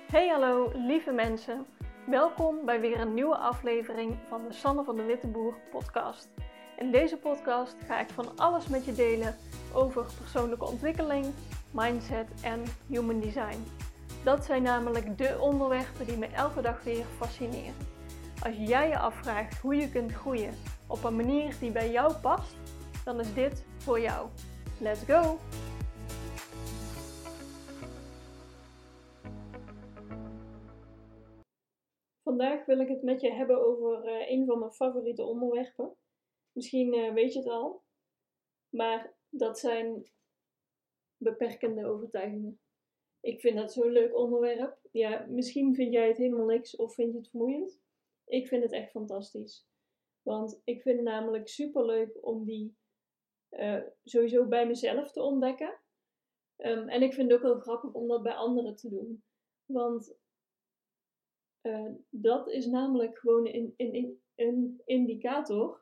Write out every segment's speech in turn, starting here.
Hey hallo lieve mensen, welkom bij weer een nieuwe aflevering van de Sanne van de Witteboer podcast. In deze podcast ga ik van alles met je delen over persoonlijke ontwikkeling, mindset en human design. Dat zijn namelijk de onderwerpen die me elke dag weer fascineren. Als jij je afvraagt hoe je kunt groeien op een manier die bij jou past, dan is dit voor jou. Let's go! Vandaag wil ik het met je hebben over een van mijn favoriete onderwerpen. Misschien weet je het al, maar dat zijn beperkende overtuigingen. Ik vind dat zo'n leuk onderwerp. Ja, misschien vind jij het helemaal niks of vind je het vermoeiend. Ik vind het echt fantastisch. Want ik vind het namelijk superleuk om die sowieso bij mezelf te ontdekken. En ik vind het ook heel grappig om dat bij anderen te doen. Want dat is namelijk gewoon een indicator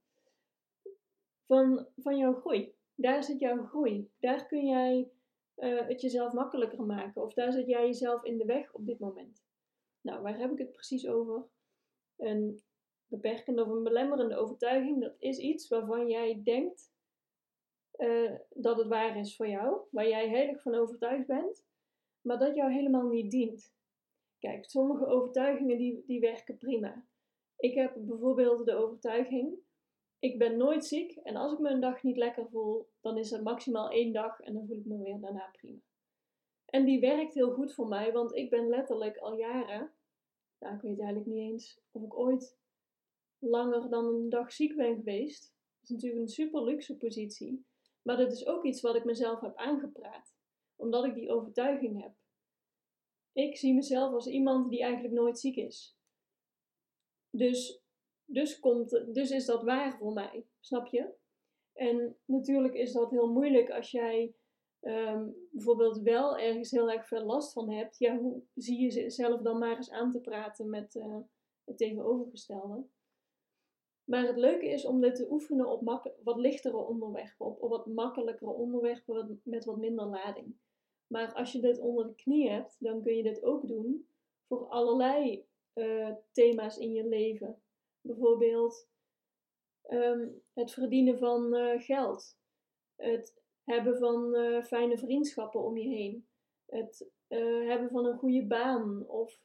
van jouw groei. Daar zit jouw groei. Daar kun jij het jezelf makkelijker maken. Of daar zit jij jezelf in de weg op dit moment. Nou, waar heb ik het precies over? Een beperkende of een belemmerende overtuiging, dat is iets waarvan jij denkt dat het waar is voor jou. Waar jij heel erg van overtuigd bent. Maar dat jou helemaal niet dient. Kijk, sommige overtuigingen die werken prima. Ik heb bijvoorbeeld de overtuiging, ik ben nooit ziek en als ik me een dag niet lekker voel, dan is het maximaal 1 dag en dan voel ik me weer daarna prima. En die werkt heel goed voor mij, want ik ben letterlijk al jaren, ik weet eigenlijk niet eens of ik ooit langer dan een dag ziek ben geweest. Dat is natuurlijk een super luxe positie, maar dat is ook iets wat ik mezelf heb aangepraat, omdat ik die overtuiging heb. Ik zie mezelf als iemand die eigenlijk nooit ziek is. Dus is dat waar voor mij, snap je? En natuurlijk is dat heel moeilijk als jij bijvoorbeeld wel ergens heel erg veel last van hebt. Ja, hoe zie je jezelf dan maar eens aan te praten met het tegenovergestelde? Maar het leuke is om dit te oefenen op wat lichtere onderwerpen, op wat makkelijkere onderwerpen met wat minder lading. Maar als je dit onder de knie hebt, dan kun je dit ook doen voor allerlei thema's in je leven. Bijvoorbeeld het verdienen van geld. Het hebben van fijne vriendschappen om je heen. Het hebben van een goede baan. Of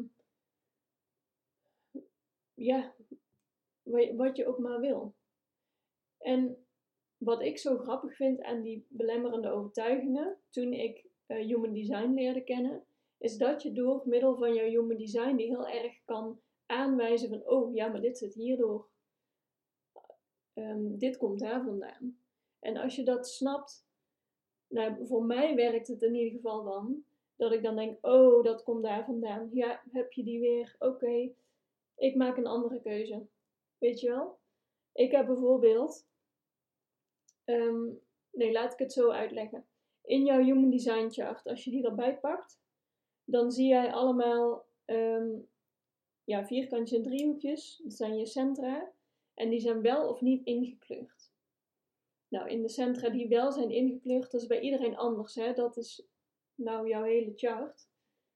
wat je ook maar wil. En wat ik zo grappig vind aan die belemmerende overtuigingen, toen ik Human Design leerde kennen, is dat je door middel van jouw Human Design die heel erg kan aanwijzen van, oh ja, maar dit zit hierdoor. Dit komt daar vandaan. En als je dat snapt, nou, voor mij werkt het in ieder geval dan, dat ik dan denk, oh, dat komt daar vandaan. Ja, heb je die weer? Oké, ik maak een andere keuze. Weet je wel? Ik heb bijvoorbeeld, laat ik het zo uitleggen. In jouw Human Design chart, als je die erbij pakt, dan zie jij allemaal vierkantjes en driehoekjes. Dat zijn je centra. En die zijn wel of niet ingekleurd. Nou, in de centra die wel zijn ingekleurd, dat is bij iedereen anders. Hè? Dat is nou jouw hele chart.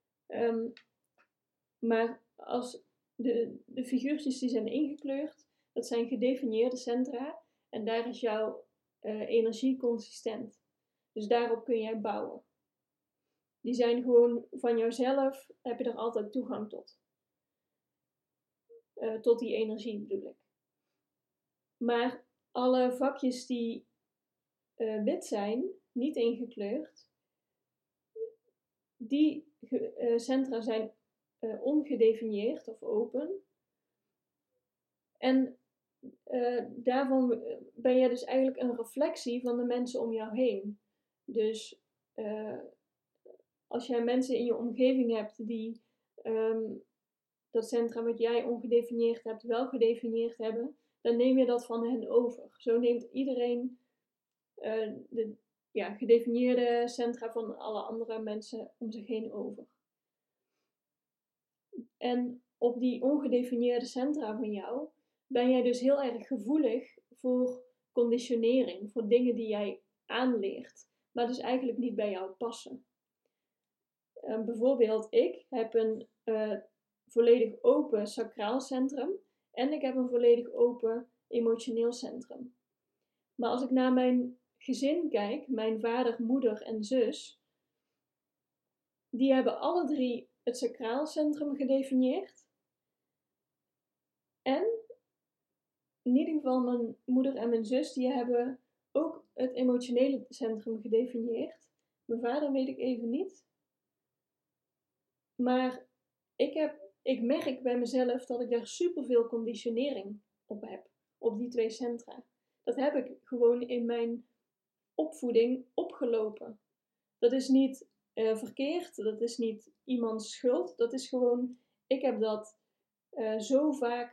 Maar als de figuurtjes die zijn ingekleurd, dat zijn gedefinieerde centra. En daar is jouw energie consistent. Dus daarop kun jij bouwen. Die zijn gewoon van jouzelf, heb je er altijd toegang tot. Tot die energie bedoel ik. Maar alle vakjes die wit zijn, niet ingekleurd, die centra zijn ongedefinieerd of open. En daarvan ben je dus eigenlijk een reflectie van de mensen om jou heen. Dus als jij mensen in je omgeving hebt die dat centra wat jij ongedefinieerd hebt wel gedefinieerd hebben, dan neem je dat van hen over. Zo neemt iedereen de gedefinieerde centra van alle andere mensen om zich heen over. En op die ongedefinieerde centra van jou ben jij dus heel erg gevoelig voor conditionering, voor dingen die jij aanleert, maar dus eigenlijk niet bij jou passen. Bijvoorbeeld, ik heb een volledig open sacraal centrum en ik heb een volledig open emotioneel centrum. Maar als ik naar mijn gezin kijk, mijn vader, moeder en zus, die hebben alle drie het sacraal centrum gedefinieerd. En in ieder geval mijn moeder en mijn zus, die hebben ook het emotionele centrum gedefinieerd. Mijn vader weet ik even niet. Maar ik merk bij mezelf dat ik daar superveel conditionering op heb. Op die twee centra. Dat heb ik gewoon in mijn opvoeding opgelopen. Dat is niet verkeerd. Dat is niet iemands schuld. Dat is gewoon, ik heb dat zo vaak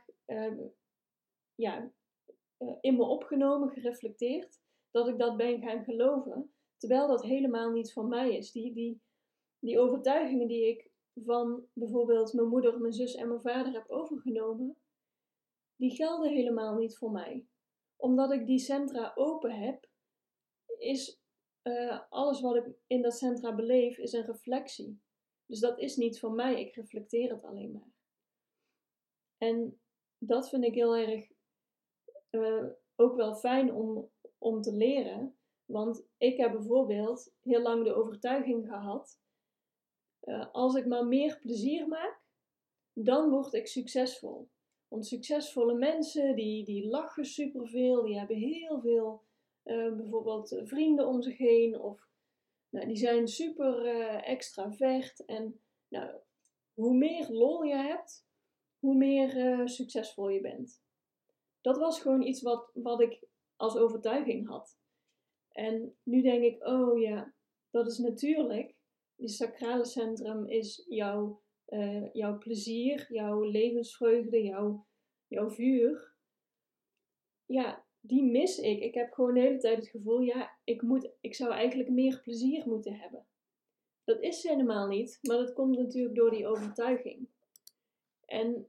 in me opgenomen, gereflecteerd, dat ik dat ben gaan geloven. Terwijl dat helemaal niet van mij is. Die overtuigingen die ik van bijvoorbeeld mijn moeder, mijn zus en mijn vader heb overgenomen, die gelden helemaal niet voor mij. Omdat ik die centra open heb, is alles wat ik in dat centra beleef, is een reflectie. Dus dat is niet van mij, ik reflecteer het alleen maar. En dat vind ik heel erg ook wel fijn om te leren. Want ik heb bijvoorbeeld heel lang de overtuiging gehad, als ik maar meer plezier maak, dan word ik succesvol. Want succesvolle mensen, die lachen superveel, die hebben heel veel bijvoorbeeld vrienden om zich heen. Of die zijn super extravert. En hoe meer lol je hebt, hoe meer succesvol je bent. Dat was gewoon iets wat ik als overtuiging had. En nu denk ik, oh ja, dat is natuurlijk. Die sacrale centrum is jouw plezier, jouw levensvreugde, jouw vuur. Ja, die mis ik. Ik heb gewoon de hele tijd het gevoel, ja, ik zou eigenlijk meer plezier moeten hebben. Dat is helemaal niet, maar dat komt natuurlijk door die overtuiging. En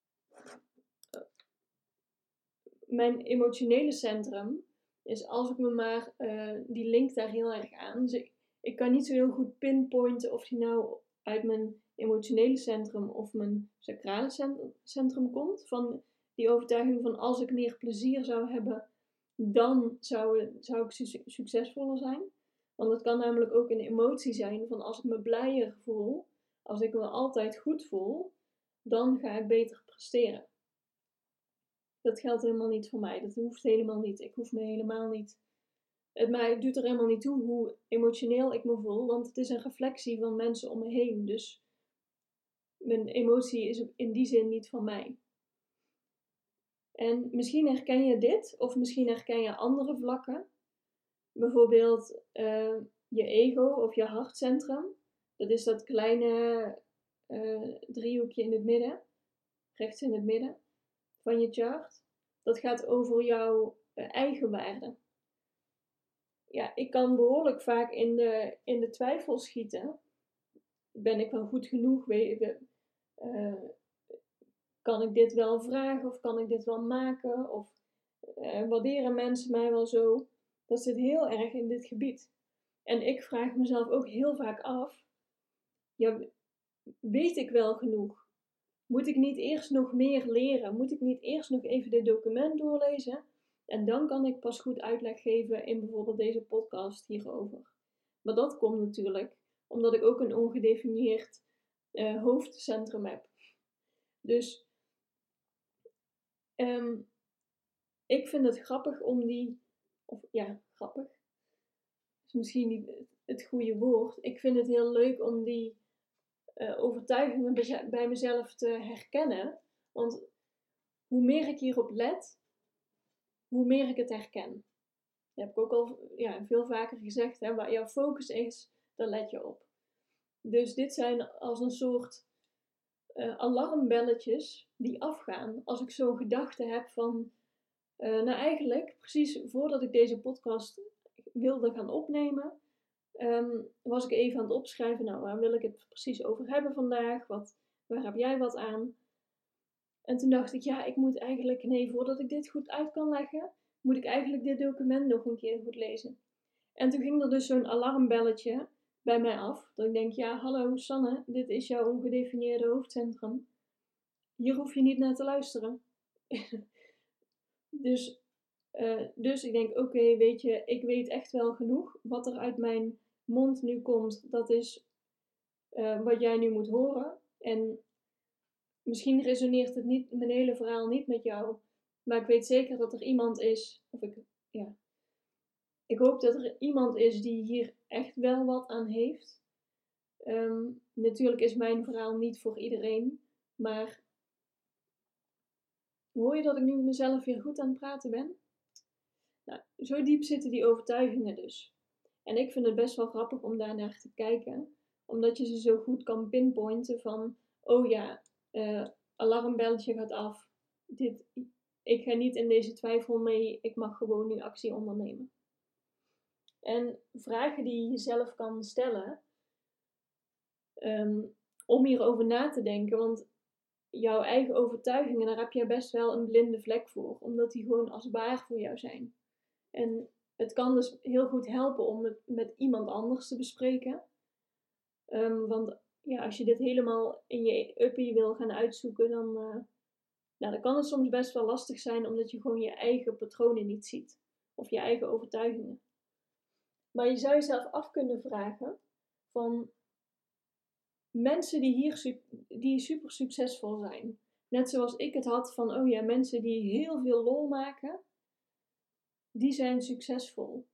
mijn emotionele centrum is, als ik me maar, die link daar heel erg aan. Dus ik kan niet zo heel goed pinpointen of die nou uit mijn emotionele centrum of mijn sacrale centrum komt. Van die overtuiging van, als ik meer plezier zou hebben, dan zou ik succesvoller zijn. Want het kan namelijk ook een emotie zijn van, als ik me blijer voel, als ik me altijd goed voel, dan ga ik beter presteren. Dat geldt helemaal niet voor mij. Dat hoeft helemaal niet. Ik hoef me helemaal niet. Het doet er helemaal niet toe hoe emotioneel ik me voel, want het is een reflectie van mensen om me heen. Dus mijn emotie is in die zin niet van mij. En misschien herken je dit, of misschien herken je andere vlakken. Bijvoorbeeld je ego of je hartcentrum. Dat is dat kleine driehoekje in het midden, rechts in het midden van je chart. Dat gaat over jouw eigenwaarde. Ja, ik kan behoorlijk vaak in de twijfel schieten. Ben ik wel goed genoeg? Kan ik dit wel vragen? Of kan ik dit wel maken? Of waarderen mensen mij wel zo? Dat zit heel erg in dit gebied. En ik vraag mezelf ook heel vaak af, ja, weet ik wel genoeg? Moet ik niet eerst nog meer leren? Moet ik niet eerst nog even dit document doorlezen? En dan kan ik pas goed uitleg geven in bijvoorbeeld deze podcast hierover. Maar dat komt natuurlijk omdat ik ook een ongedefinieerd hoofdcentrum heb. Dus ik vind het grappig om grappig is misschien niet het goede woord. Ik vind het heel leuk om die overtuigingen bij mezelf te herkennen. Want hoe meer ik hierop let, hoe meer ik het herken. Dat heb ik ook al veel vaker gezegd. Hè? Waar jouw focus is, daar let je op. Dus dit zijn als een soort alarmbelletjes die afgaan. Als ik zo'n gedachte heb van, eigenlijk precies voordat ik deze podcast wilde gaan opnemen, was ik even aan het opschrijven, waar wil ik het precies over hebben vandaag? Waar heb jij wat aan? En toen dacht ik, ik moet eigenlijk, voordat ik dit goed uit kan leggen, moet ik eigenlijk dit document nog een keer goed lezen. En toen ging er dus zo'n alarmbelletje bij mij af. Dat ik denk, ja, hallo Sanne, dit is jouw ongedefinieerde hoofdcentrum. Hier hoef je niet naar te luisteren. Dus ik denk, oké, weet je, ik weet echt wel genoeg. Wat er uit mijn mond nu komt, dat is wat jij nu moet horen. En misschien resoneert het niet, mijn hele verhaal niet met jou. Maar ik weet zeker dat er iemand is, ik hoop dat er iemand is die hier echt wel wat aan heeft. Natuurlijk is mijn verhaal niet voor iedereen. Maar hoor je dat ik nu mezelf weer goed aan het praten ben? Nou, zo diep zitten die overtuigingen dus. En ik vind het best wel grappig om daar naar te kijken. Omdat je ze zo goed kan pinpointen van, oh ja, alarmbelletje gaat af. Ik ga niet in deze twijfel mee, ik mag gewoon nu actie ondernemen. En vragen die je jezelf kan stellen, om hierover na te denken, want jouw eigen overtuigingen, daar heb je best wel een blinde vlek voor, omdat die gewoon als waar voor jou zijn. En het kan dus heel goed helpen om het met iemand anders te bespreken. Want ja, als je dit helemaal in je uppie wil gaan uitzoeken, dan kan het soms best wel lastig zijn, omdat je gewoon je eigen patronen niet ziet. Of je eigen overtuigingen. Maar je zou jezelf af kunnen vragen van mensen die super succesvol zijn. Net zoals ik het had van, oh ja, mensen die heel veel lol maken, die zijn succesvol.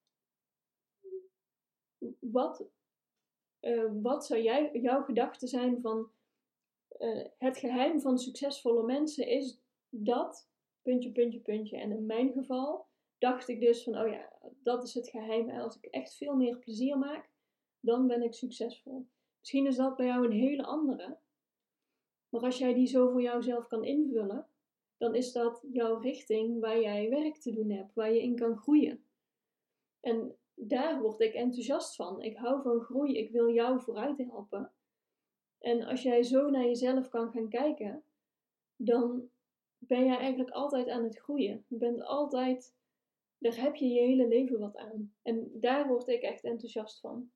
Wat zou jouw gedachte zijn van het geheim van succesvolle mensen is dat, puntje, puntje, puntje. En in mijn geval dacht ik dus van, oh ja, dat is het geheim. Als ik echt veel meer plezier maak, dan ben ik succesvol. Misschien is dat bij jou een hele andere. Maar als jij die zo voor jouzelf kan invullen, dan is dat jouw richting waar jij werk te doen hebt, waar je in kan groeien. En daar word ik enthousiast van. Ik hou van groei, ik wil jou vooruit helpen. En als jij zo naar jezelf kan gaan kijken, dan ben jij eigenlijk altijd aan het groeien. Je bent altijd, daar heb je je hele leven wat aan. En daar word ik echt enthousiast van.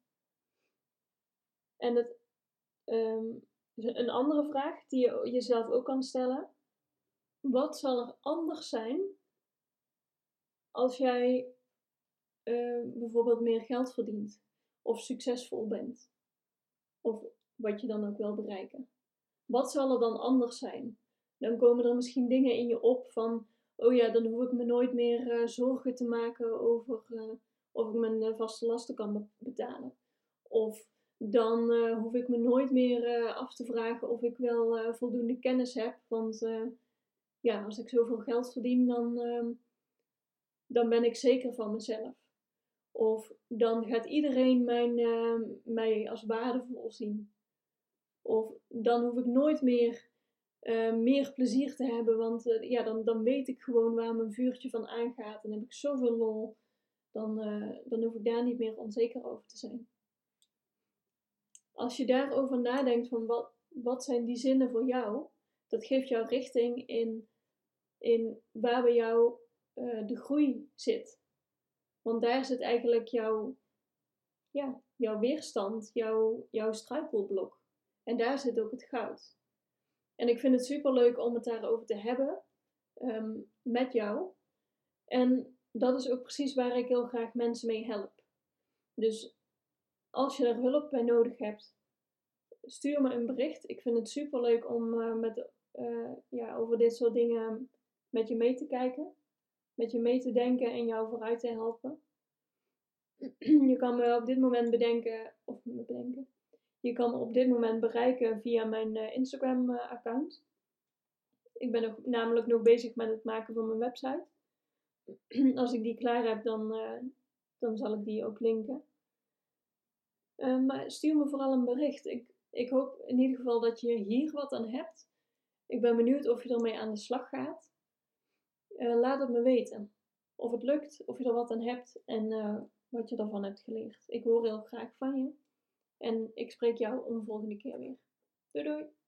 En een andere vraag die je jezelf ook kan stellen. Wat zal er anders zijn als jij bijvoorbeeld meer geld verdient? Of succesvol bent? Of wat je dan ook wil bereiken. Wat zal er dan anders zijn? Dan komen er misschien dingen in je op van, oh ja, dan hoef ik me nooit meer zorgen te maken over of ik mijn vaste lasten kan betalen. Of dan hoef ik me nooit meer af te vragen of ik wel voldoende kennis heb. Want ja, als ik zoveel geld verdien, dan ben ik zeker van mezelf. Of dan gaat iedereen mij als waardevol zien. Of dan hoef ik nooit meer plezier te hebben, want ja, dan weet ik gewoon waar mijn vuurtje van aangaat. En heb ik zoveel lol, dan hoef ik daar niet meer onzeker over te zijn. Als je daarover nadenkt van wat zijn die zinnen voor jou, dat geeft jou richting in waar bij jou de groei zit. Want daar zit eigenlijk jouw weerstand, jouw struikelblok. En daar zit ook het goud. En ik vind het super leuk om het daarover te hebben met jou. En dat is ook precies waar ik heel graag mensen mee help. Dus als je er hulp bij nodig hebt, stuur me een bericht. Ik vind het super leuk om over dit soort dingen met je mee te kijken. Met je mee te denken en jou vooruit te helpen. Je kan me op dit moment Je kan me op dit moment bereiken via mijn Instagram account. Ik ben namelijk nog bezig met het maken van mijn website. Als ik die klaar heb, dan zal ik die ook linken. Maar stuur me vooral een bericht. Ik hoop in ieder geval dat je hier wat aan hebt. Ik ben benieuwd of je ermee aan de slag gaat. Laat het me weten. Of het lukt, of je er wat aan hebt en wat je ervan hebt geleerd. Ik hoor heel graag van je. En ik spreek jou een volgende keer weer. Doei doei!